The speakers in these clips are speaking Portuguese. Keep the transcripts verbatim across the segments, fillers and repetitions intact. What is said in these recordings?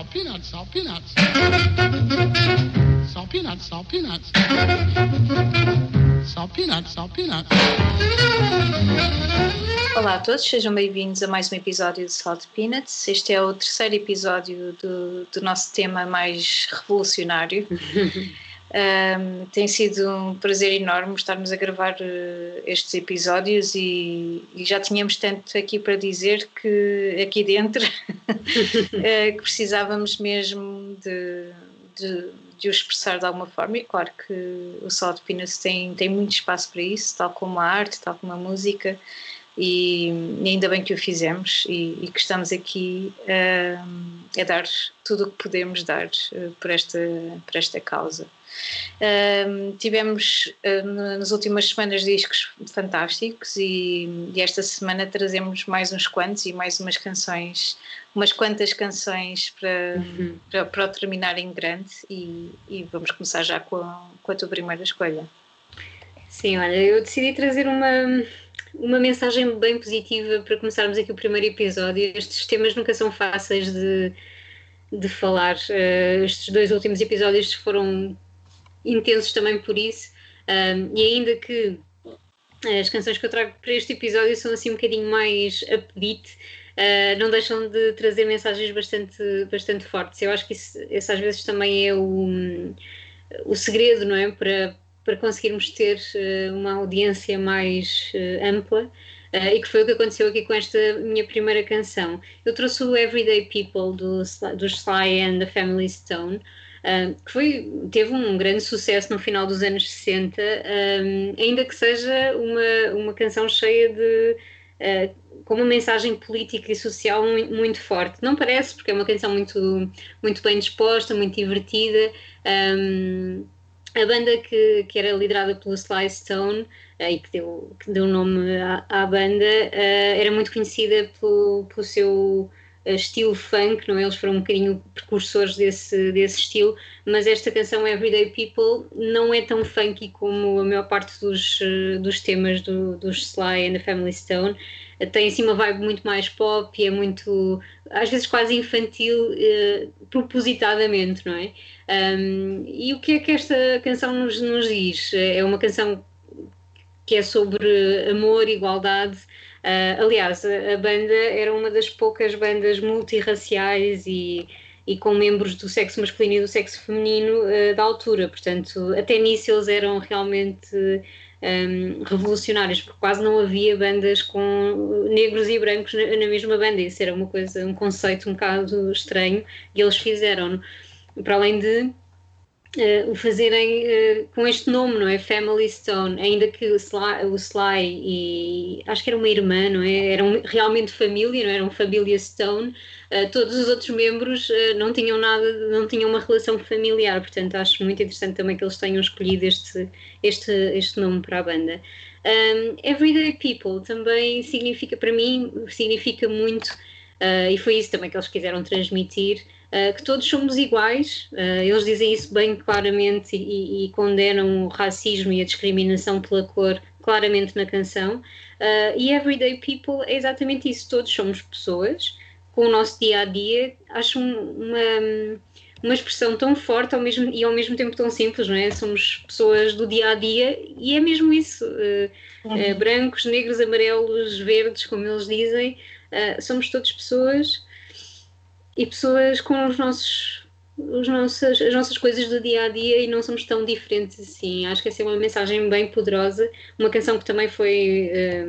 salt peanuts, salt peanuts. Salt peanuts, salt peanuts. Salt peanuts, salt peanuts. Olá a todos, sejam bem-vindos a mais um episódio de Salt Peanuts. Este é o terceiro episódio do, do nosso tema mais revolucionário. Um, tem sido um prazer enorme estarmos a gravar uh, estes episódios e, e já tínhamos tanto aqui para dizer que aqui dentro uh, que precisávamos mesmo de, de, de o expressar de alguma forma, e claro que o Salt Peanuts tem, tem muito espaço para isso, tal como a arte, tal como a música, e, e ainda bem que o fizemos e, e que estamos aqui uh, a dar tudo o que podemos dar uh, por, esta, por esta causa. Uh, tivemos uh, nas últimas semanas discos fantásticos e, e esta semana trazemos mais uns quantos e mais umas canções, umas quantas canções para, uhum. para, para o terminar em grande e, e vamos começar já com a, com a tua primeira escolha. Sim, olha, eu decidi trazer uma, uma mensagem bem positiva para começarmos aqui o primeiro episódio. Estes temas nunca são fáceis de, de falar. Uh, estes dois últimos episódios foram intensos também por isso, um, e ainda que as canções que eu trago para este episódio são assim um bocadinho mais upbeat, uh, não deixam de trazer mensagens bastante, bastante fortes. Eu acho que isso, isso às vezes também é o, o segredo, não é? Para, para conseguirmos ter uh, uma audiência mais uh, ampla, uh, e que foi o que aconteceu aqui com esta minha primeira canção. Eu trouxe o Everyday People do, do Sly and the Family Stone, Uh, que foi, teve um grande sucesso no final dos anos sessenta, um, ainda que seja uma, uma canção cheia de uh, com uma mensagem política e social muito, muito forte. Não parece, porque é uma canção muito, muito bem disposta, muito divertida. Um, a banda que, que era liderada pelo Sly Stone, uh, e que deu, que deu nome à, à banda, uh, era muito conhecida pelo, pelo seu estilo funk, não é? Eles foram um bocadinho precursores desse, desse estilo, mas esta canção Everyday People não é tão funky como a maior parte dos, dos temas do, dos Sly and the Family Stone. Tem assim uma vibe muito mais pop e é muito, às vezes quase infantil, eh, propositadamente, não é? Um, e o que é que esta canção nos, nos diz? É uma canção que é sobre amor, igualdade. Uh, aliás, a, a banda era uma das poucas bandas multirraciais e, e com membros do sexo masculino e do sexo feminino uh, da altura, portanto, até nisso eles eram realmente um, revolucionários, porque quase não havia bandas com negros e brancos na, na mesma banda. Isso era uma coisa, um conceito um bocado estranho, e eles fizeram, para além de Uh, o fazerem uh, com este nome, não é? Family Stone, ainda que o Sly, o Sly e acho que era uma irmã, não é? Eram realmente família, não é? Eram família Stone, uh, todos os outros membros uh, não tinham nada, não tinham uma relação familiar, portanto acho muito interessante também que eles tenham escolhido este, este, este nome para a banda. Um, Everyday People também significa, para mim, significa muito, uh, e foi isso também que eles quiseram transmitir, Uh, que todos somos iguais. Uh, eles dizem isso bem claramente e, e condenam o racismo e a discriminação pela cor claramente na canção, uh, e Everyday People é exatamente isso, todos somos pessoas com o nosso dia-a-dia. Acho uma, uma expressão tão forte ao mesmo, e ao mesmo tempo tão simples, não é? Somos pessoas do dia-a-dia e é mesmo isso, uh, uhum. uh, brancos, negros, amarelos, verdes, como eles dizem, uh, somos todos pessoas e pessoas com os nossos, os nossos, as nossas coisas do dia-a-dia, e não somos tão diferentes assim. Acho que essa é uma mensagem bem poderosa, uma canção que também foi,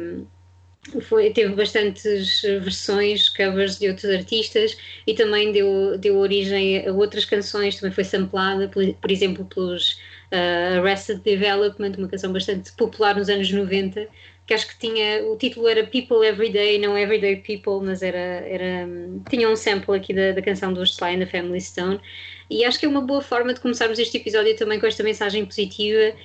um, foi teve bastantes versões, covers de outros artistas, e também deu, deu origem a outras canções, também foi samplada, por, por exemplo, pelos uh, Arrested Development, uma canção bastante popular nos anos noventa, que acho que tinha, o título era People Everyday, não Everyday People, mas era, era, tinha um sample aqui da, da canção do Sly and the Family Stone, e acho que é uma boa forma de começarmos este episódio também com esta mensagem positiva,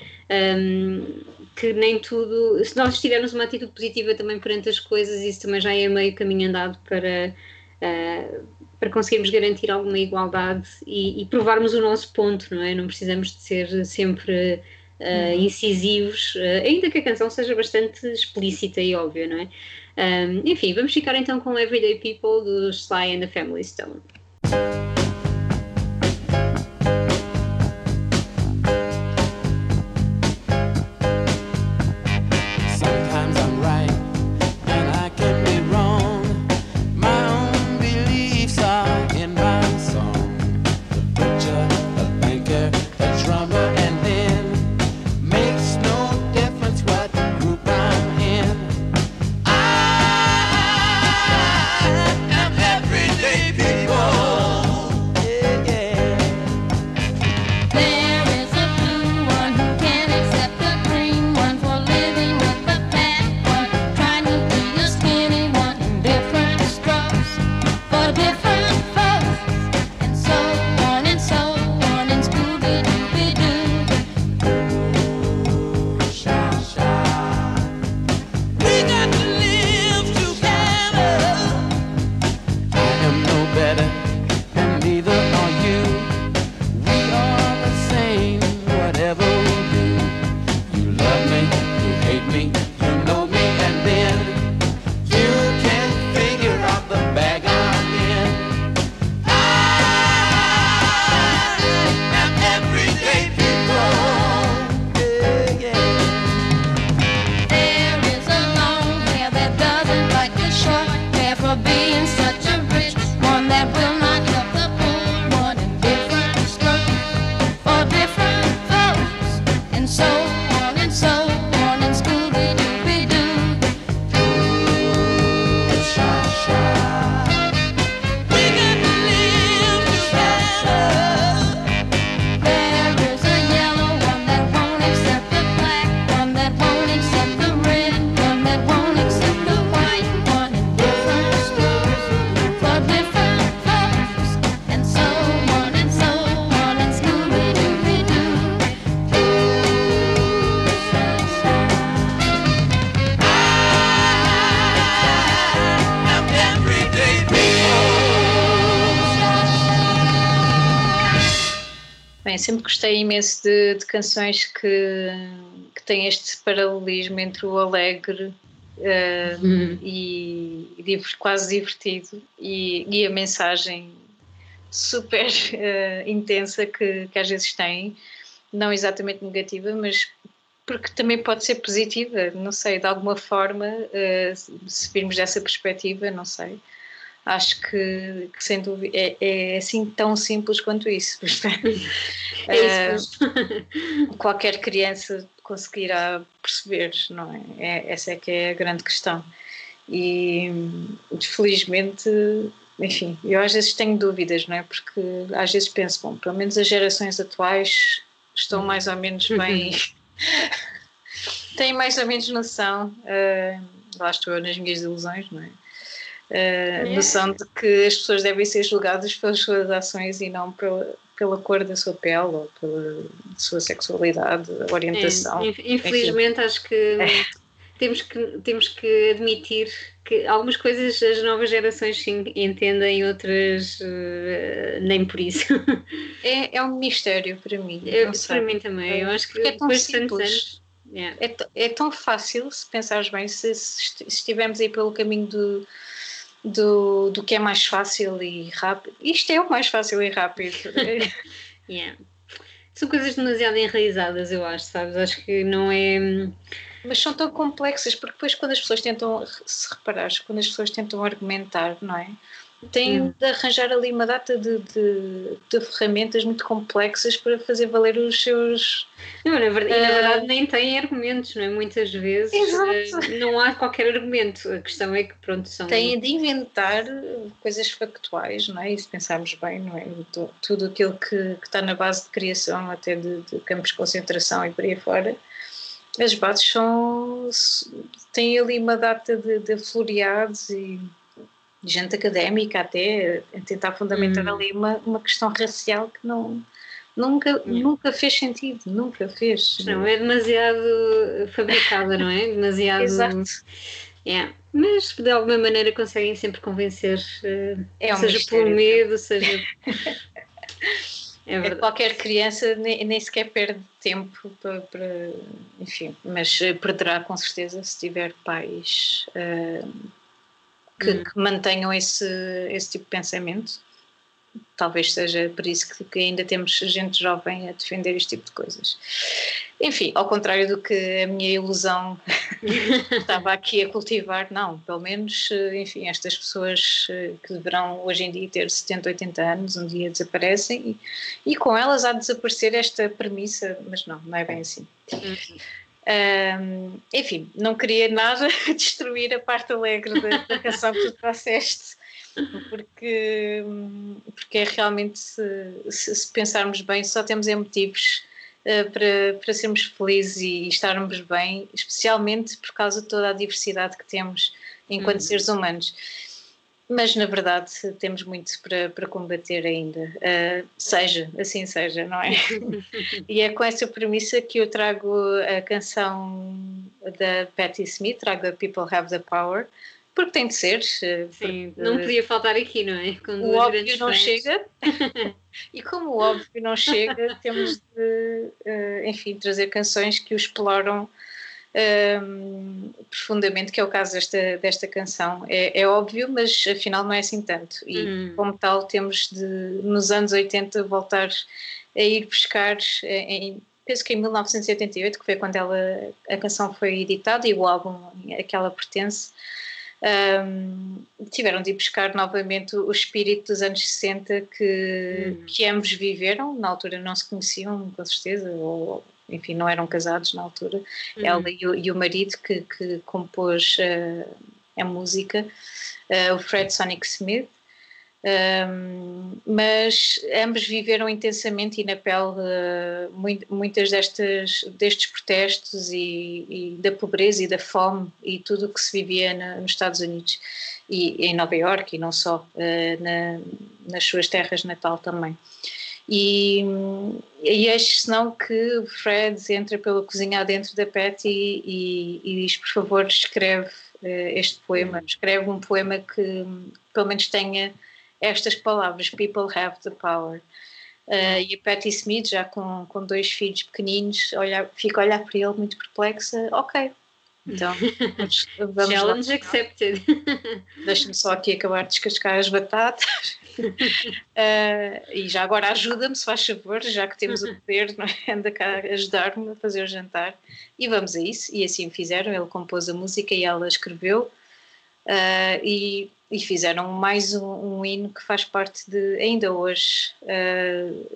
um, que nem tudo, se nós tivermos uma atitude positiva também perante as coisas, isso também já é meio caminho andado para, uh, para conseguirmos garantir alguma igualdade e, e provarmos o nosso ponto, não é? Não precisamos de ser sempre Uh, incisivos, uh, ainda que a canção seja bastante explícita e óbvia, não é? Um, enfim, vamos ficar então com Everyday People do Sly and the Family Stone. better, and neither are you. We are the same, whatever we do. You love me, you hate me, you know me, and then you can figure out the bag I'm in. I am everyday people. Yeah, yeah. There is a long hair that doesn't like the short hair for being such a rich one that will not help the poor one in different strokes for different folks, and so on and so on, and Scooby-Dooby-Doo. We can live together. There is a yellow one that won't accept the black, one that won't accept the red, one that won't accept the white, one in different strokes for different folks, and so on and so on, and Scooby-Dooby-Doo. I'm everyday people. Bem, sempre gostei imenso de, de canções que, que têm este paralelismo entre o alegre eh, Uhum. e, e diver- quase divertido e, e a mensagem super eh, intensa que, que às vezes tem, não exatamente negativa, mas porque também pode ser positiva, não sei, de alguma forma, eh, se virmos dessa perspectiva, não sei. Acho que, que sem dúvida é, é assim tão simples quanto isso. Portanto, É isso mesmo. qualquer criança conseguirá perceber, não é? É- essa é que é a grande questão. E felizmente, enfim, eu às vezes tenho dúvidas, não é? Porque às vezes penso, bom, pelo menos as gerações atuais estão mais ou menos bem, têm mais ou menos noção, ah, lá estou eu nas minhas ilusões, não é? Ah, noção de que as pessoas devem ser julgadas pelas suas ações e não pela, pela cor da sua pele ou pela sua sexualidade, orientação. É, inf- infelizmente acho que temos que temos que admitir que algumas coisas as novas gerações sim entendem, outras eh, nem por isso. É, é um mistério para mim. Eu, não sei. para mim também, eu acho que Porque é tão depois de tantos simples. anos. Yeah. É, t- é tão fácil, se pensares bem, se, se est- se estivermos aí pelo caminho do, do, do que é mais fácil e rápido. Isto é o mais fácil e rápido. Yeah. São coisas demasiado enraizadas, eu acho, sabes? Acho que não é. Mas são tão complexas, porque depois quando as pessoas tentam, se reparares, quando as pessoas tentam argumentar, não é? Têm Hum. de arranjar ali uma data de, de, de ferramentas muito complexas para fazer valer os seus... Não, na verdade, e na Ah. verdade nem têm argumentos, não é? Muitas vezes Exato. eh, não há qualquer argumento. A questão é que, pronto, são. Têm de inventar coisas factuais, não é? E se pensarmos bem, não é? Tu- Tudo aquilo que, que está na base de criação, até de, de campos de concentração e por aí fora, as bases são, têm ali uma data de, de floreados e gente académica até a tentar fundamentar Hum. ali uma, uma questão racial que não, nunca, nunca fez sentido, nunca fez. Não, é demasiado fabricada, não é? Demasiado. Exato. Yeah. Mas de alguma maneira conseguem sempre convencer, eh, É um seja mistério. pelo medo, seja. É É, verdade. qualquer criança nem, nem sequer perde tempo para, para- enfim, mas eh, perderá com certeza se tiver pais eh, que, Hum. que mantenham esse, esse tipo de pensamento. Talvez seja por isso que, que ainda temos gente jovem a defender este tipo de coisas. Enfim, ao contrário do que a minha ilusão estava aqui a cultivar, não, pelo menos, eh, enfim, estas pessoas eh, que deverão hoje em dia ter setenta, oitenta anos, um dia desaparecem e, e com elas há de desaparecer esta premissa, mas não, não é bem assim. Um, enfim, não queria nada destruir a parte alegre da, da canção que tu trouxeste, porque, porque é realmente, se, se, se pensarmos bem, só temos é motivos uh, para, para sermos felizes e estarmos bem, especialmente por causa de toda a diversidade que temos enquanto Uhum. seres humanos. Mas, na verdade, temos muito para, para combater ainda. Uh, seja, assim seja, não é? E é com essa premissa que eu trago a canção da Patti Smith, trago a People Have the Power, porque tem de ser. eh, Sim, porque não podia faltar aqui, não é? Com o duas óbvio grandes não fãs. chega. E como o óbvio não chega, temos de, eh, enfim, trazer canções que o exploram ehm, profundamente, que é o caso desta, desta canção. É, é óbvio, mas afinal não é assim tanto. E Hum. como tal, temos de, nos anos oitenta, voltar a ir buscar, eh, em, penso que em mil novecentos e oitenta e oito, que foi quando ela, a canção foi editada e o álbum a que ela pertence. Um, tiveram de ir buscar novamente o espírito dos anos sessenta que, Hum. que ambos viveram. Na altura não se conheciam, com certeza, ou enfim, não eram casados na altura. Hum. Ela e o, e o marido que, que compôs uh, a música, uh, o Fred Sonic Smith. Um, mas ambos viveram intensamente e na pele uh, muito, muitas destas, destes protestos e, e da pobreza e da fome e tudo o que se vivia na, nos Estados Unidos e em Nova Iorque e não só, uh, na, nas suas terras natal também. E, e acho não que o Fred entra pela cozinha dentro da Patty e, e diz, por favor, escreve uh, este poema, escreve um poema que pelo menos tenha estas palavras, people have the power. Uh, e a Patti Smith, já com, com dois filhos pequeninos, olha, fica a olhar para ele muito perplexa. Ok, então vamos, vamos Challenge lá. accepted. Deixa-me só aqui acabar de descascar as batatas. Uh, e já agora ajuda-me, se faz favor, já que temos o poder, não é? Anda cá a ajudar-me a fazer o jantar. E vamos a isso. E assim fizeram. Ele compôs a música e ela escreveu. Uh, e, e fizeram mais um, um hino que faz parte de, ainda hoje, uh,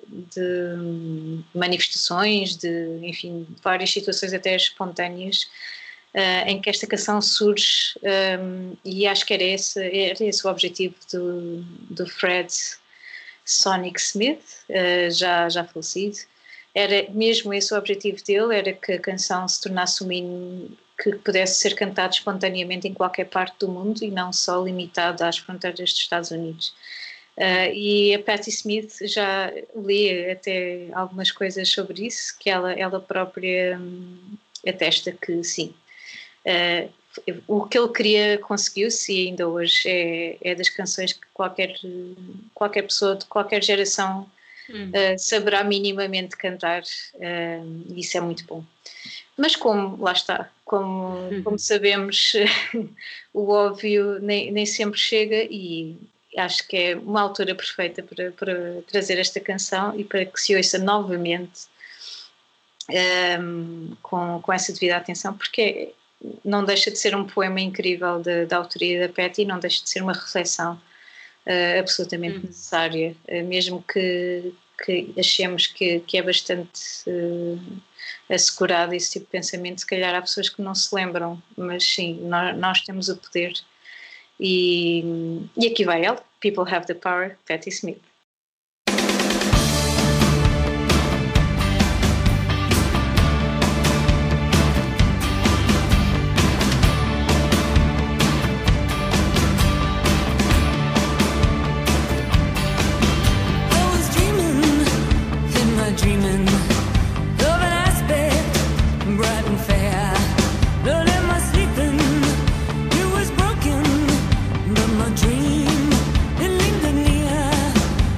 de manifestações, de, enfim, várias situações até espontâneas, uh, em que esta canção surge, um, e acho que era esse, era esse o objetivo do, do Fred Sonic Smith, uh, já, já falecido. Era mesmo esse o objetivo dele, era que a canção se tornasse um hino que pudesse ser cantado espontaneamente em qualquer parte do mundo e não só limitado às fronteiras dos Estados Unidos. Uh, e a Patti Smith já li até algumas coisas sobre isso, que ela, ela própria hum, atesta que sim. Uh, o que ele queria conseguiu-se e ainda hoje é, é das canções que qualquer, qualquer pessoa de qualquer geração Hum. uh, saberá minimamente cantar, uh, e isso é muito bom. Mas como, lá está, como, como sabemos, o óbvio nem, nem sempre chega e acho que é uma altura perfeita para, para trazer esta canção e para que se ouça novamente um, com, com essa devida atenção, porque não deixa de ser um poema incrível da, da autoria da Patty, não deixa de ser uma reflexão uh, absolutamente Uhum. necessária, uh, mesmo que, que achemos que, que é bastante uh, assegurado esse tipo de pensamento. Se calhar há pessoas que não se lembram, mas sim, nós, nós temos o poder e, e aqui vai ela, People Have the Power, Patti Smith. I was dreaming, in my dreaming, of an aspect bright and fair. But in my sleeping, it was broken. But my dream, it lingered near.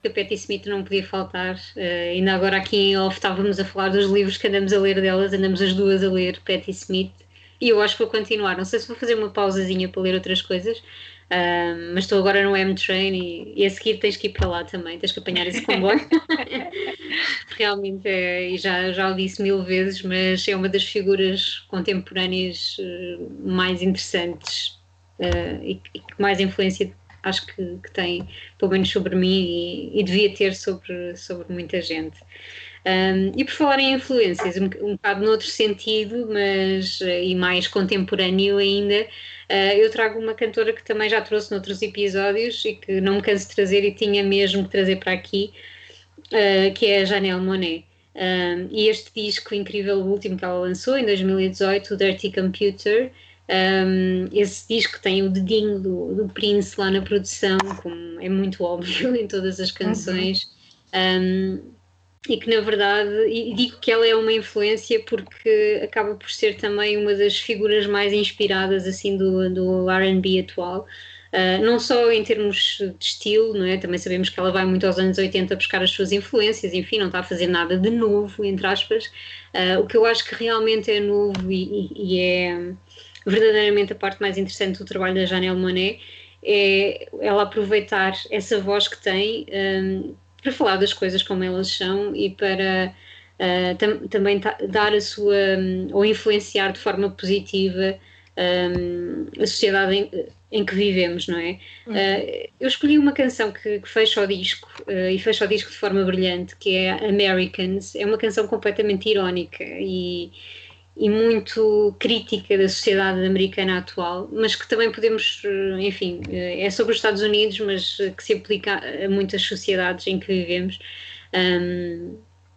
que a Patti Smith não podia faltar. Uh, ainda agora aqui em off estávamos a falar dos livros que andamos a ler delas, andamos as duas a ler Patti Smith, e eu acho que vou continuar. Não sei se vou fazer uma pausazinha para ler outras coisas, uh, mas estou agora no M-Train e, e a seguir tens que ir para lá também, tens que apanhar esse comboio. Realmente é, e já, já o disse mil vezes, mas é uma das figuras contemporâneas uh, mais interessantes uh, e, e que mais influência acho que, que tem, pelo menos sobre mim, e, e devia ter sobre, sobre muita gente. Um, e por falar em influências, um, um bocado noutro sentido, mas e mais contemporâneo ainda, uh, eu trago uma cantora que também já trouxe noutros episódios e que não me canso de trazer e tinha mesmo que trazer para aqui, uh, que é a Janelle Monáe. Um, e este disco incrível, o último que ela lançou em dois mil e dezoito, o Dirty Computer, Um, esse disco tem o dedinho do, do Prince lá na produção, como é muito óbvio em todas as canções, uhum. um, e que na verdade, e digo que ela é uma influência porque acaba por ser também uma das figuras mais inspiradas assim do, do R and B atual, uh, não só em termos de estilo, não é? Também sabemos que ela vai muito aos anos oitenta buscar as suas influências, enfim, não está a fazer nada de novo, entre aspas. Uh, o que eu acho que realmente é novo e, e, e é verdadeiramente a parte mais interessante do trabalho da Janelle Monáe é ela aproveitar essa voz que tem um, para falar das coisas como elas são e para uh, tam- também ta- dar a sua, um, ou influenciar de forma positiva um, a sociedade em, em que vivemos, não é? Uhum. Uh, eu escolhi uma canção que, que fecha o disco uh, e fecha o disco de forma brilhante, que é Americans. É uma canção completamente irónica e e muito crítica da sociedade americana atual, mas que também podemos, enfim, é sobre os Estados Unidos, mas que se aplica a muitas sociedades em que vivemos, um,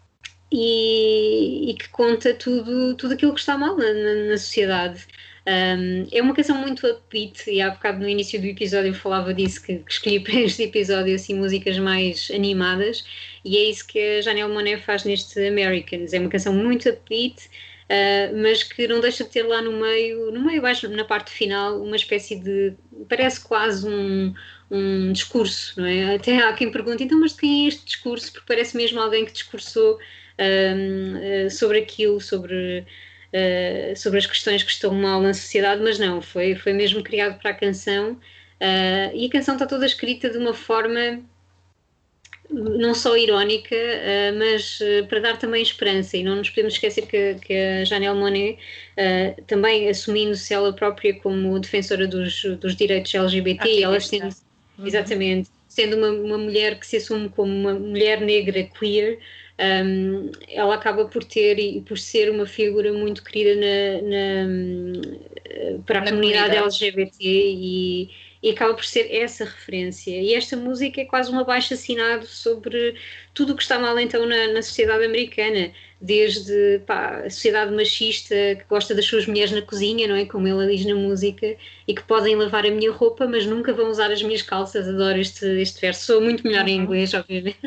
e, e que conta tudo, tudo aquilo que está mal na, na sociedade. Um, é uma canção muito upbeat, e há bocado no início do episódio eu falava disso, que, que escolhi para este episódio assim, músicas mais animadas, e é isso que a Janelle Monáe faz neste Americans. É uma canção muito upbeat, Uh, mas que não deixa de ter lá no meio, no meio baixo, na parte final, uma espécie de, parece quase um, um discurso, não é? Até há quem pergunte, então, mas de quem é este discurso? Porque parece mesmo alguém que discursou uh, uh, sobre aquilo, sobre, uh, sobre as questões que estão mal na sociedade, mas não, foi, foi mesmo criado para a canção, uh, e a canção está toda escrita de uma forma não só irónica, uh, mas uh, para dar também esperança, e não nos podemos esquecer que, que a Janelle Monáe, uh, também assumindo-se ela própria como defensora dos, dos direitos L G B T, e ela sendo, uhum. exatamente, sendo uma, uma mulher que se assume como uma mulher negra queer, um, ela acaba por ter e por ser uma figura muito querida na, na, para a na comunidade, comunidade L G B T, e E acaba por ser essa referência. E esta música é quase um abaixo-assinado sobre tudo o que está mal então na, na sociedade americana. Desde pá, a sociedade machista que gosta das suas mulheres na cozinha, não é? Como ela diz na música, e que podem lavar a minha roupa, mas nunca vão usar as minhas calças. Adoro este, este verso. Sou muito melhor em inglês, obviamente.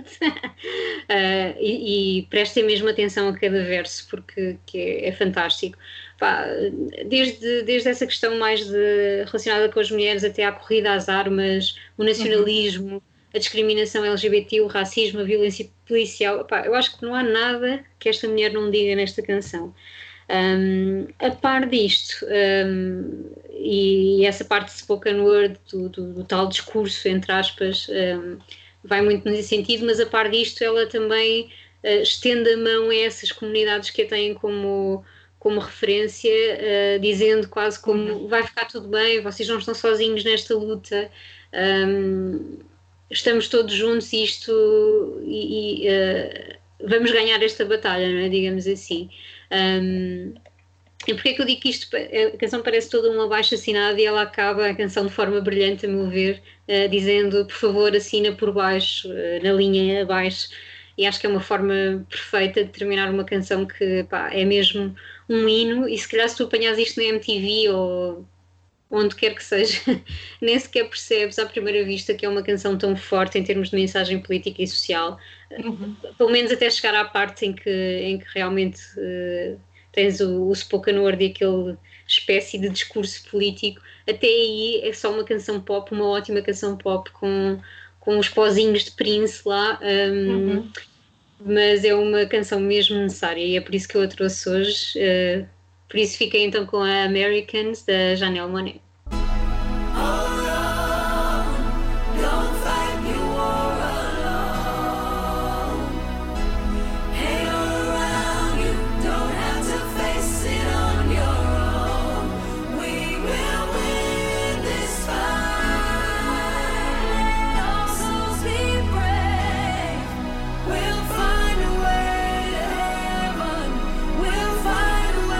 uh, e, e prestem mesmo atenção a cada verso, porque que é, é fantástico. Pá, desde, desde essa questão mais de, relacionada com as mulheres até à corrida às armas, o nacionalismo, uhum. a discriminação L G B T, o racismo, a violência policial. Pá, eu acho que não há nada que esta mulher não diga nesta canção. Um, a par disto, um, e essa parte de spoken word, do, do, do tal discurso, entre aspas, um, vai muito nesse sentido, mas a par disto ela também uh, estende a mão a essas comunidades que a têm como... como referência, uh, dizendo quase como vai ficar tudo bem, vocês não estão sozinhos nesta luta, um, estamos todos juntos isto, e, e uh, vamos ganhar esta batalha, não é? Digamos assim. Um, e porque é que eu digo que isto, a canção parece toda um abaixo-assinado e ela acaba a canção de forma brilhante, a meu ver, uh, dizendo, por favor, assina por baixo, uh, na linha abaixo, e acho que é uma forma perfeita de terminar uma canção que, pá, é mesmo um hino, e se calhar se tu apanhas isto na M T V ou onde quer que seja, nem sequer percebes à primeira vista que é uma canção tão forte em termos de mensagem política e social, uhum. pelo menos até chegar à parte em que, em que realmente uh, tens o, o spoken word e aquele espécie de discurso político. Até aí é só uma canção pop, uma ótima canção pop com, com com os pozinhos de Prince lá, um, Uhum. mas é uma canção mesmo necessária e é por isso que eu a trouxe hoje. Uh, por isso fiquei então com a Americans, da Janelle Monáe. Don't fight your war alone. Hate all around you, don't have to face it on your own. We will win this fight. Let all souls be brave. We'll find a way to heaven. We'll find a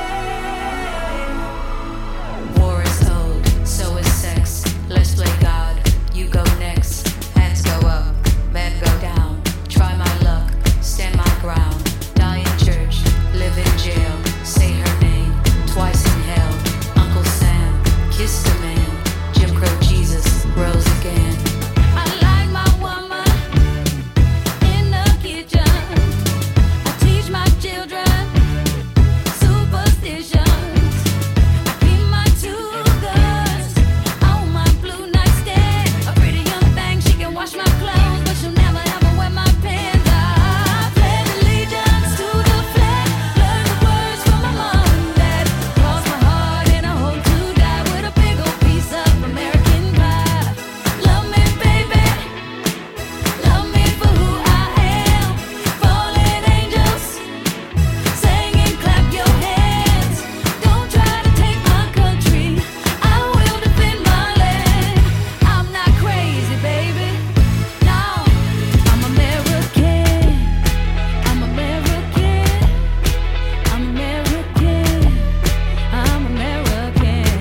way. War is old, so is sex. Let's play God. You go next. Hands go up, men go down. Try my luck, stand my ground. Die in church, live in jail. Say her name twice in hell. Uncle Sam, kiss the man. Jim Crow Jesus rose again. I like my woman in the kitchen. I teach my children superstitions. I keep my two guns on my blue nightstand. A pretty young thing, she can wash my clothes, but she'll never ever wear my pants. I pledge allegiance to the flag. Learn the words from my mom and dad. Cross my heart and I hope to die with a big old piece of American pie. Love me, baby. Love me for who I am. Fallen angels, sing and clap your hands. Don't try to take my country. I will defend my land. I'm not crazy, baby. No, I'm American. I'm American. I'm American. I'm American.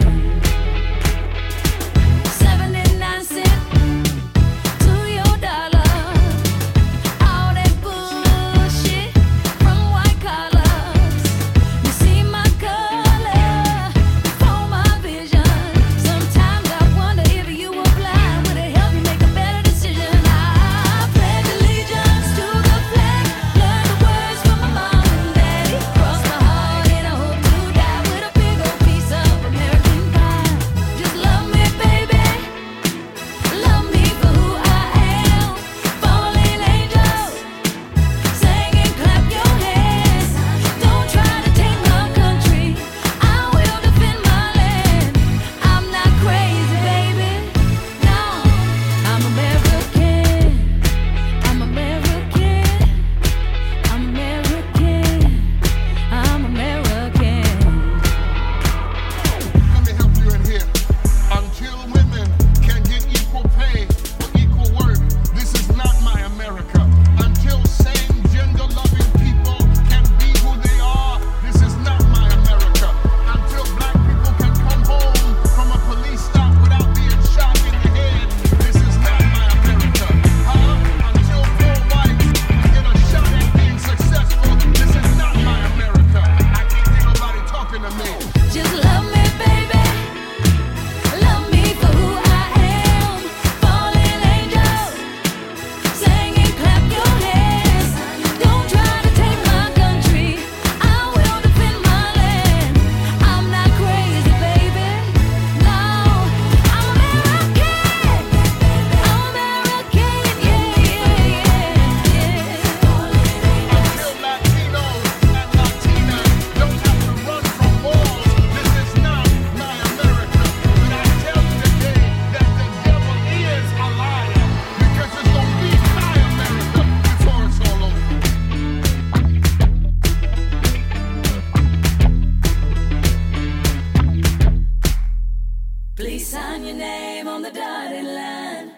seventy-nine cents to your dollar. All that bullshit from white collars. You see my color before my vision. Sometimes I wonder if you were blind, would it help you make a better decision? I pledge allegiance to the flag. Learn the words from my mom and daddy. Cross my heart and I hope to die with a big old piece of American pie. Just love me, baby. Love me for who I am. Fallen angels, sing and clap your hands. Don't try to take my country. I will defend my land. I'm not crazy, baby. No, I'm American. I'm American. I'm American. I'm American. Let me help you in here. Until women can get equal pay for equal work, this is not my America. Until same gender loving people can be who they are, this is not my America. Until black people can come home from a police stop without being shot in the head, this is not my America. Huh? Until poor whites get a shot at being successful, this is not my America. I can't hear nobody talking to me. Just love me, baby. Love me for who I am. Fallen angels, sing and clap your hands. Don't try to take my country. I will defend my land. I'm not crazy, baby. No, I'm American. I'm American, yeah, yeah, yeah, yeah. Until Latinos and Latinas don't have to run from wars, this is not my America. But I tell you today that the devil is a liar, because it's gonna be my America before it's all over. Please sign your name on the dotted line.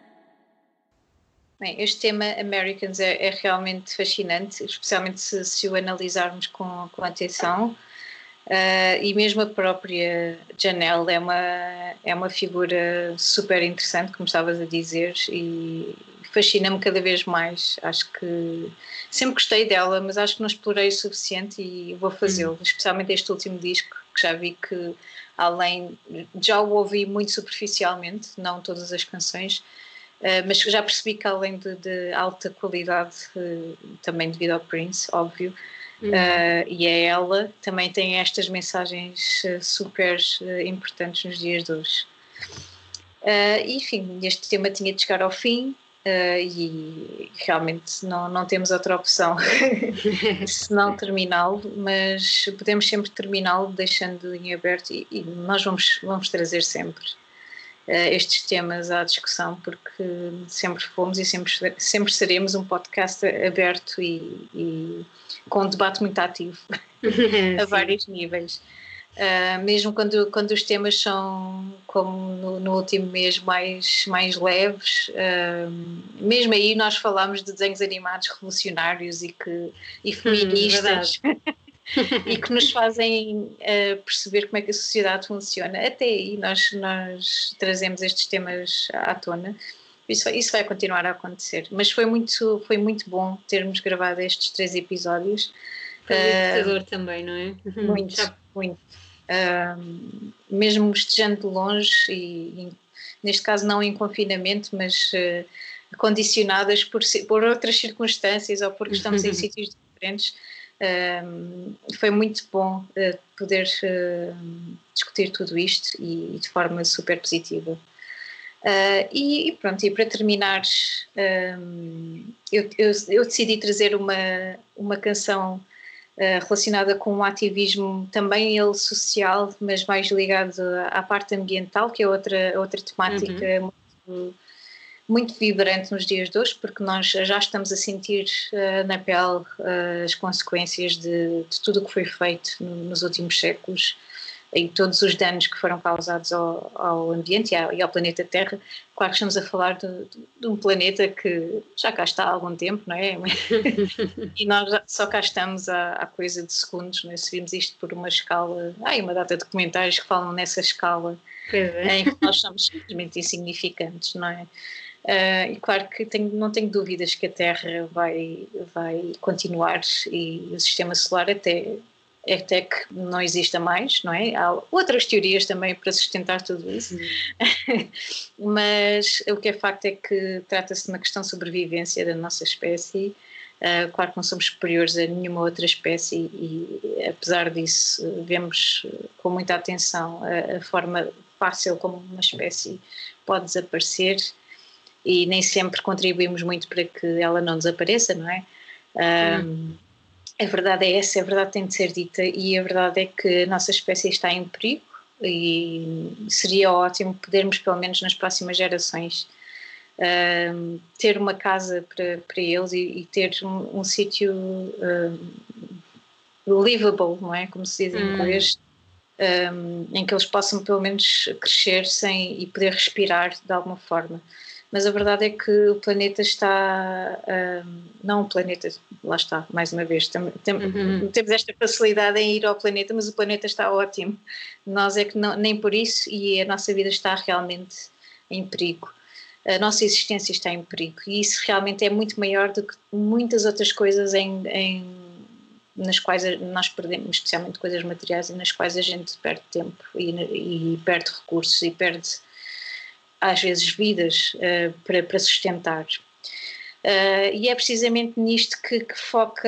Bem, este tema Americans é, é realmente fascinante, especialmente se, se o analisarmos com, com atenção. Ah, e mesmo a própria Janelle é uma, é uma figura super interessante, como estavas a dizer, e fascina-me cada vez mais. Acho que sempre gostei dela, mas acho que não explorei o suficiente e vou fazê-lo, especialmente este último disco, que já vi que além, já o ouvi muito superficialmente, não todas as canções, Uh, mas já percebi que além de, de alta qualidade, uh, também devido ao Prince, óbvio, Uhum. uh, e a ela, também tem estas mensagens uh, super uh, importantes nos dias de hoje. Uh, e, enfim, este tema tinha de chegar ao fim uh, e realmente não, não temos outra opção senão terminá-lo, mas podemos sempre terminá-lo deixando em aberto e, e nós vamos, vamos trazer sempre uh, estes temas à discussão, porque sempre fomos e sempre, sempre seremos um podcast aberto e, e com um debate muito ativo a vários níveis. Uh, mesmo quando, quando os temas são, como no, no último mês, mais, mais leves, uh, mesmo aí nós falámos de desenhos animados revolucionários e, que, e feministas e que nos fazem uh, perceber como é que a sociedade funciona. Até aí nós, nós trazemos estes temas à tona. Isso vai, isso vai continuar a acontecer, mas foi muito, foi muito bom termos gravado estes três episódios. Foi libertador uh, também, não é? Muito, Já. muito. Uh, mesmo estejando longe e, e neste caso não em confinamento, mas uh, condicionadas por, por outras circunstâncias ou porque estamos em sítios diferentes, uh, foi muito bom uh, poder uh, discutir tudo isto e, e de forma super positiva. Uh, e, e pronto, e para terminar, um, eu, eu, eu decidi trazer uma, uma canção Uh, relacionada com um ativismo também ele social, mas mais ligado à parte ambiental, que é outra, outra temática uhum. muito, muito vibrante nos dias de hoje, porque nós já estamos a sentir uh, na pele uh, as consequências de, de tudo o que foi feito no, nos últimos séculos e todos os danos que foram causados ao, ao ambiente e ao, e ao planeta Terra. Claro que estamos a falar de, de, de um planeta que já cá está há algum tempo, não é? E nós só cá estamos há, há coisa de segundos, não é? Se vimos isto por uma escala, há uma data de documentários que falam nessa escala é. em que nós somos simplesmente insignificantes, não é? Uh, e claro que tenho, não tenho dúvidas que a Terra vai, vai continuar e o Sistema Solar até... até que não exista mais, não é? Há outras teorias também para sustentar tudo isso, mas o que é facto é que trata-se de uma questão de sobrevivência da nossa espécie. Uh, claro que não somos superiores a nenhuma outra espécie e, apesar disso, vemos com muita atenção a, a forma fácil como uma espécie pode desaparecer e nem sempre contribuímos muito para que ela não desapareça, não é? Um, hum. A verdade é essa, a verdade tem de ser dita e a verdade é que a nossa espécie está em perigo e seria ótimo podermos, pelo menos nas próximas gerações, uh, ter uma casa para, para eles e, e ter um, um sítio uh, livable, não é? Como se diz em hum. inglês, um, em que eles possam pelo menos crescer sem, e poder respirar de alguma forma. Mas a verdade é que o planeta está, um, não o planeta, lá está, mais uma vez, tem, tem, uhum. temos esta facilidade em ir ao planeta, mas o planeta está ótimo. Nós é que não, nem por isso, e a nossa vida está realmente em perigo. A nossa existência está em perigo e isso realmente é muito maior do que muitas outras coisas em, em, nas quais nós perdemos, especialmente coisas materiais, e nas quais a gente perde tempo e, e perde recursos e perde às vezes vidas uh, para, para sustentar. Uh, e é precisamente nisto que, que foca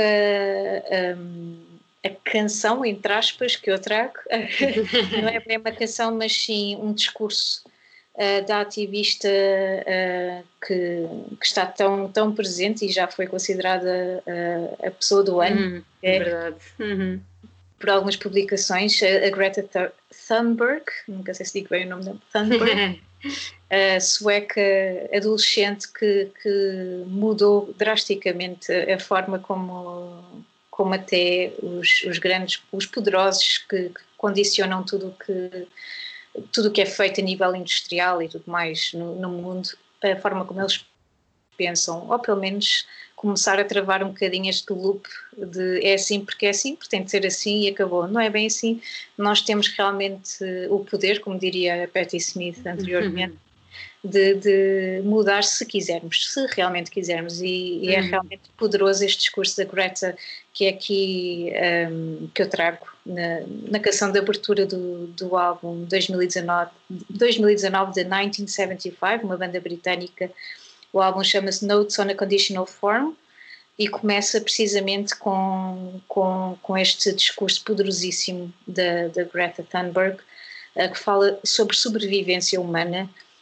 um, a canção, entre aspas, que eu trago. Não é bem uma canção, mas sim um discurso uh, da ativista uh, que, que está tão, tão presente e já foi considerada uh, a pessoa do ano. Hum, é verdade. Uhum. Por algumas publicações, a, a Greta Thunberg, nunca sei se digo bem o nome dela, Thunberg, a sueca adolescente que, que mudou drasticamente a forma como, como até os, os grandes, os poderosos que, que condicionam tudo que, tudo que é feito a nível industrial e tudo mais no, no mundo, a forma como eles pensam, ou pelo menos começar a travar um bocadinho este loop de é assim porque é assim, porque tem de ser assim e acabou. Não é bem assim. Nós temos realmente o poder, como diria a Patti Smith anteriormente, uhum. de, de mudar se quisermos, se realmente quisermos. E, e é uhum. realmente poderoso este discurso da Greta, que é aqui um, que eu trago na, na canção de abertura do, do álbum dois mil e dezanove, dois mil e dezanove de nineteen seventy-five, uma banda britânica. O álbum chama-se Notes on a Conditional Form e começa precisamente com, com, com este discurso poderosíssimo da, da Greta Thunberg, uh, que fala sobre sobrevivência humana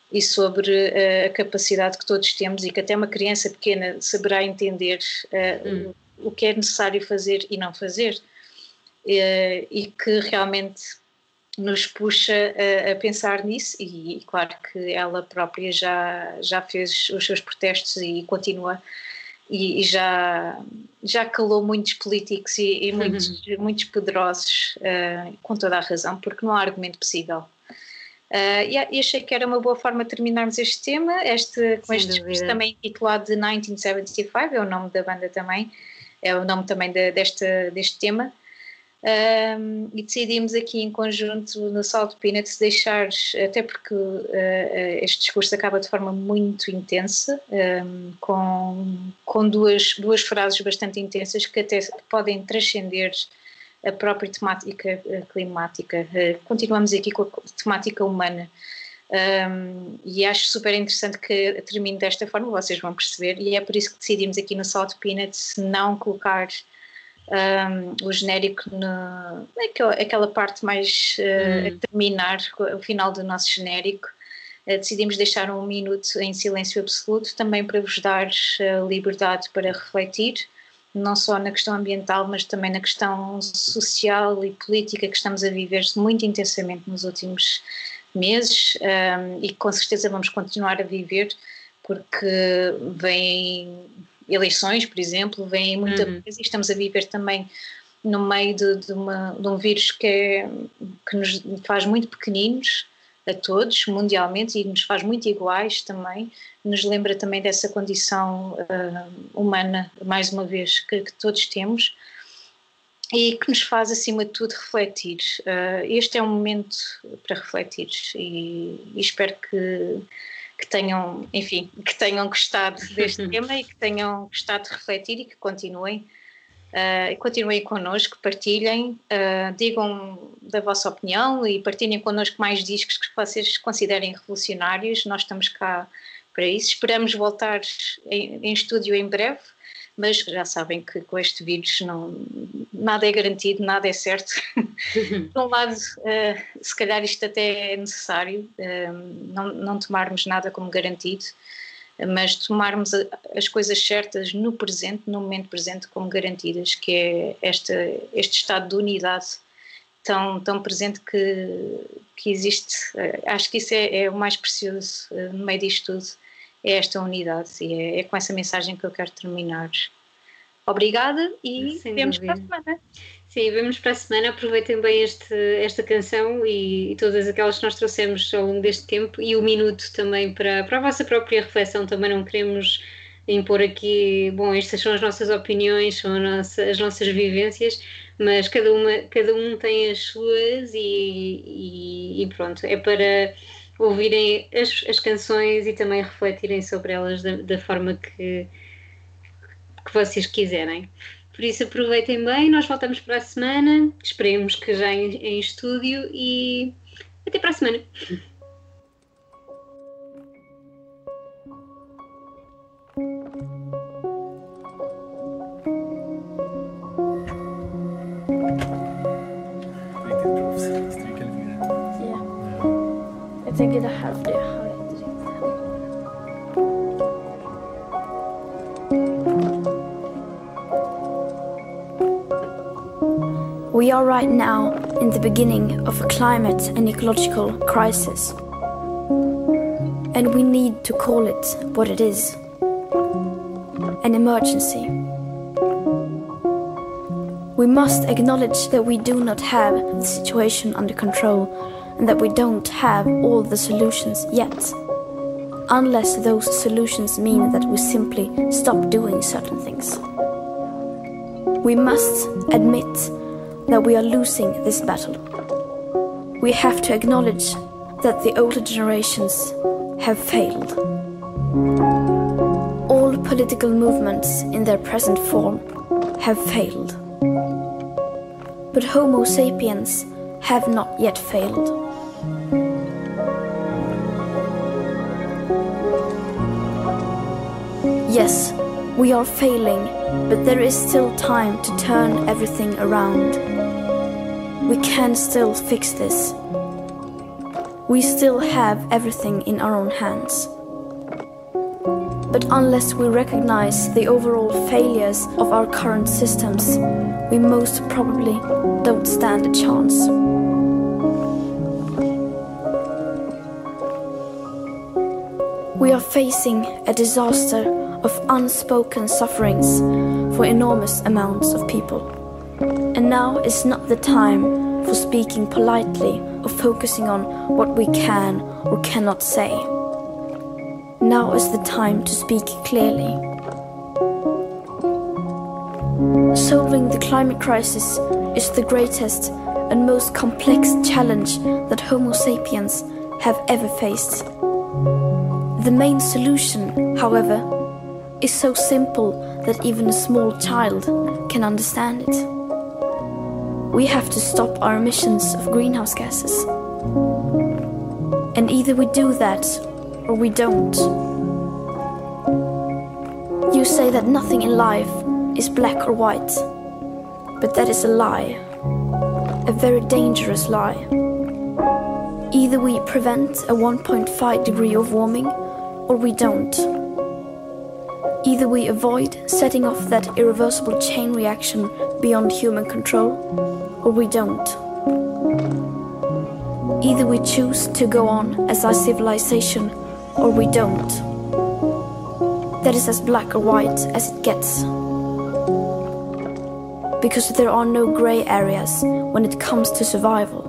e sobre uh, a capacidade que todos temos e que até uma criança pequena saberá entender uh, Hum. o, o que é necessário fazer e não fazer, uh, e que realmente nos puxa a, a pensar nisso, e, e claro que ela própria já, já fez os seus protestos e continua, e, e já, já calou muitos políticos e, e muitos, muitos poderosos, uh, com toda a razão, porque não há argumento possível. Uh, e, e achei que era uma boa forma de terminarmos este tema, este, com Sem este discurso dúvida. também intitulado de nineteen seventy-five, é o nome da banda também, é o nome também de, deste, deste tema. Um, e decidimos aqui em conjunto no Salt Peanuts deixar, até porque uh, este discurso acaba de forma muito intensa, um, com, com duas, duas frases bastante intensas que até podem transcender a própria temática uh, climática. Uh, continuamos aqui com a temática humana. Um, e acho super interessante que termine desta forma, vocês vão perceber, e é por isso que decidimos aqui no Salt Peanuts não colocar um, o genérico no, naquela, aquela parte mais uh, Hum. a terminar, o final do nosso genérico. Uh, decidimos deixar um minuto em silêncio absoluto, também para vos dar uh, liberdade para refletir, não só na questão ambiental, mas também na questão social e política que estamos a viver muito intensamente nos últimos meses, um, e com certeza vamos continuar a viver, porque vêm eleições, por exemplo, vêm muita Uhum. coisa, e estamos a viver também no meio de, de, uma, de um vírus que, é, que nos faz muito pequeninos a todos, mundialmente, e nos faz muito iguais também, nos lembra também dessa condição uh, humana, mais uma vez, que, que todos temos, e que nos faz, acima de tudo, refletir. Uh, este é um momento para refletir, e, e espero que, que tenham, enfim, que tenham gostado deste tema e que tenham gostado de refletir e que continuem, uh, e continuem connosco, partilhem, uh, digam da vossa opinião e partilhem connosco mais discos que vocês considerem revolucionários. Nós estamos cá para isso. Esperamos voltar em, em estúdio em breve, mas já sabem que com este vírus não, nada é garantido, nada é certo. De um lado, uh, se calhar isto até é necessário, uh, não, não tomarmos nada como garantido, mas tomarmos a, as coisas certas no presente, no momento presente, como garantidas, que é esta, este estado de unidade tão, tão presente que, que existe. Uh, acho que isso é, é o mais precioso uh, no meio disto tudo, é esta unidade, e é, é com essa mensagem que eu quero terminar. Obrigada e Sem vemos para a dúvida. semana. Sim, vemos para a semana. Aproveitem bem este, esta canção e, e todas aquelas que nós trouxemos ao longo deste tempo, e o minuto também para, para a vossa própria reflexão. Também não queremos impor aqui, bom, estas são as nossas opiniões, são a nossa, as nossas vivências, mas cada, uma, cada um tem as suas, e, e, e pronto, é para ouvirem as, as canções e também refletirem sobre elas da, da forma que, que vocês quiserem. Por isso, aproveitem bem, nós voltamos para a semana, esperemos que já em, em estúdio, e até para a semana. Ja. Jag tänker det här, för det har jag inte riktigt heller. We are right now in the beginning of a climate and ecological crisis. And we need to call it what it is. An emergency. We must acknowledge that we do not have the situation under control and that we don't have all the solutions yet. Unless those solutions mean that we simply stop doing certain things. We must admit that we are losing this battle. We have to acknowledge that the older generations have failed. All political movements in their present form have failed. But Homo sapiens have not yet failed. Yes, we are failing, but there is still time to turn everything around. We can still fix this. we still have everything in our own hands. But unless we recognize the overall failures of our current systems, we most probably don't stand a chance. We are facing a disaster of unspoken sufferings for enormous amounts of people. And now is not the time for speaking politely or focusing on what we can or cannot say. Now is the time to speak clearly. Solving the climate crisis is the greatest and most complex challenge that Homo sapiens have ever faced. The main solution, however, is so simple that even a small child can understand it. We have to stop our emissions of greenhouse gases. And either we do that or we don't. You say that nothing in life is black or white, but that is a lie, a very dangerous lie. Either we prevent a one point five degree of warming or we don't. Either we avoid setting off that irreversible chain reaction beyond human control, or we don't. Either we choose to go on as our civilization, or we don't. That is as black or white as it gets. Because there are no grey areas when it comes to survival.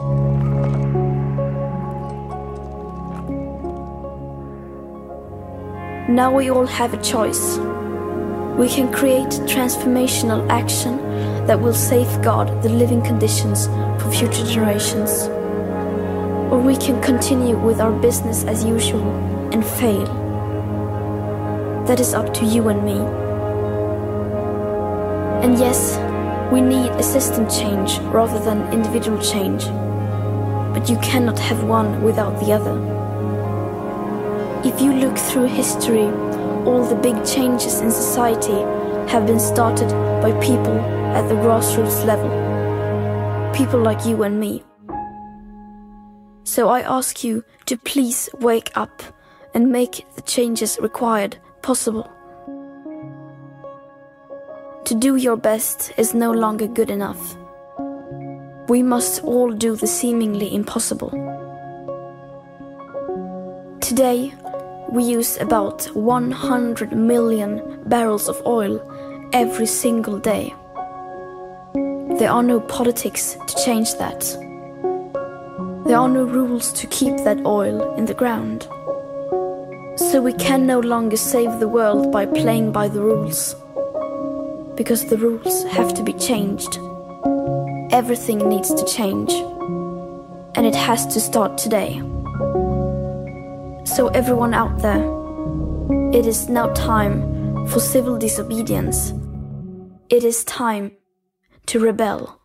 Now we all have a choice. We can create transformational action that will safeguard the living conditions for future generations. Or we can continue with our business as usual and fail. That is up to you and me. And yes, we need a system change rather than individual change. But you cannot have one without the other. If you look through history, all the big changes in society have been started by people at the grassroots level. People like you and me. So I ask you to please wake up and make the changes required possible. To do your best is no longer good enough. We must all do the seemingly impossible. Today, we use about one hundred million barrels of oil every single day. There are no politics to change that. There are no rules to keep that oil in the ground. So we can no longer save the world by playing by the rules. Because the rules have to be changed. Everything needs to change. And it has to start today. So everyone out there, it is now time for civil disobedience. It is time to rebel.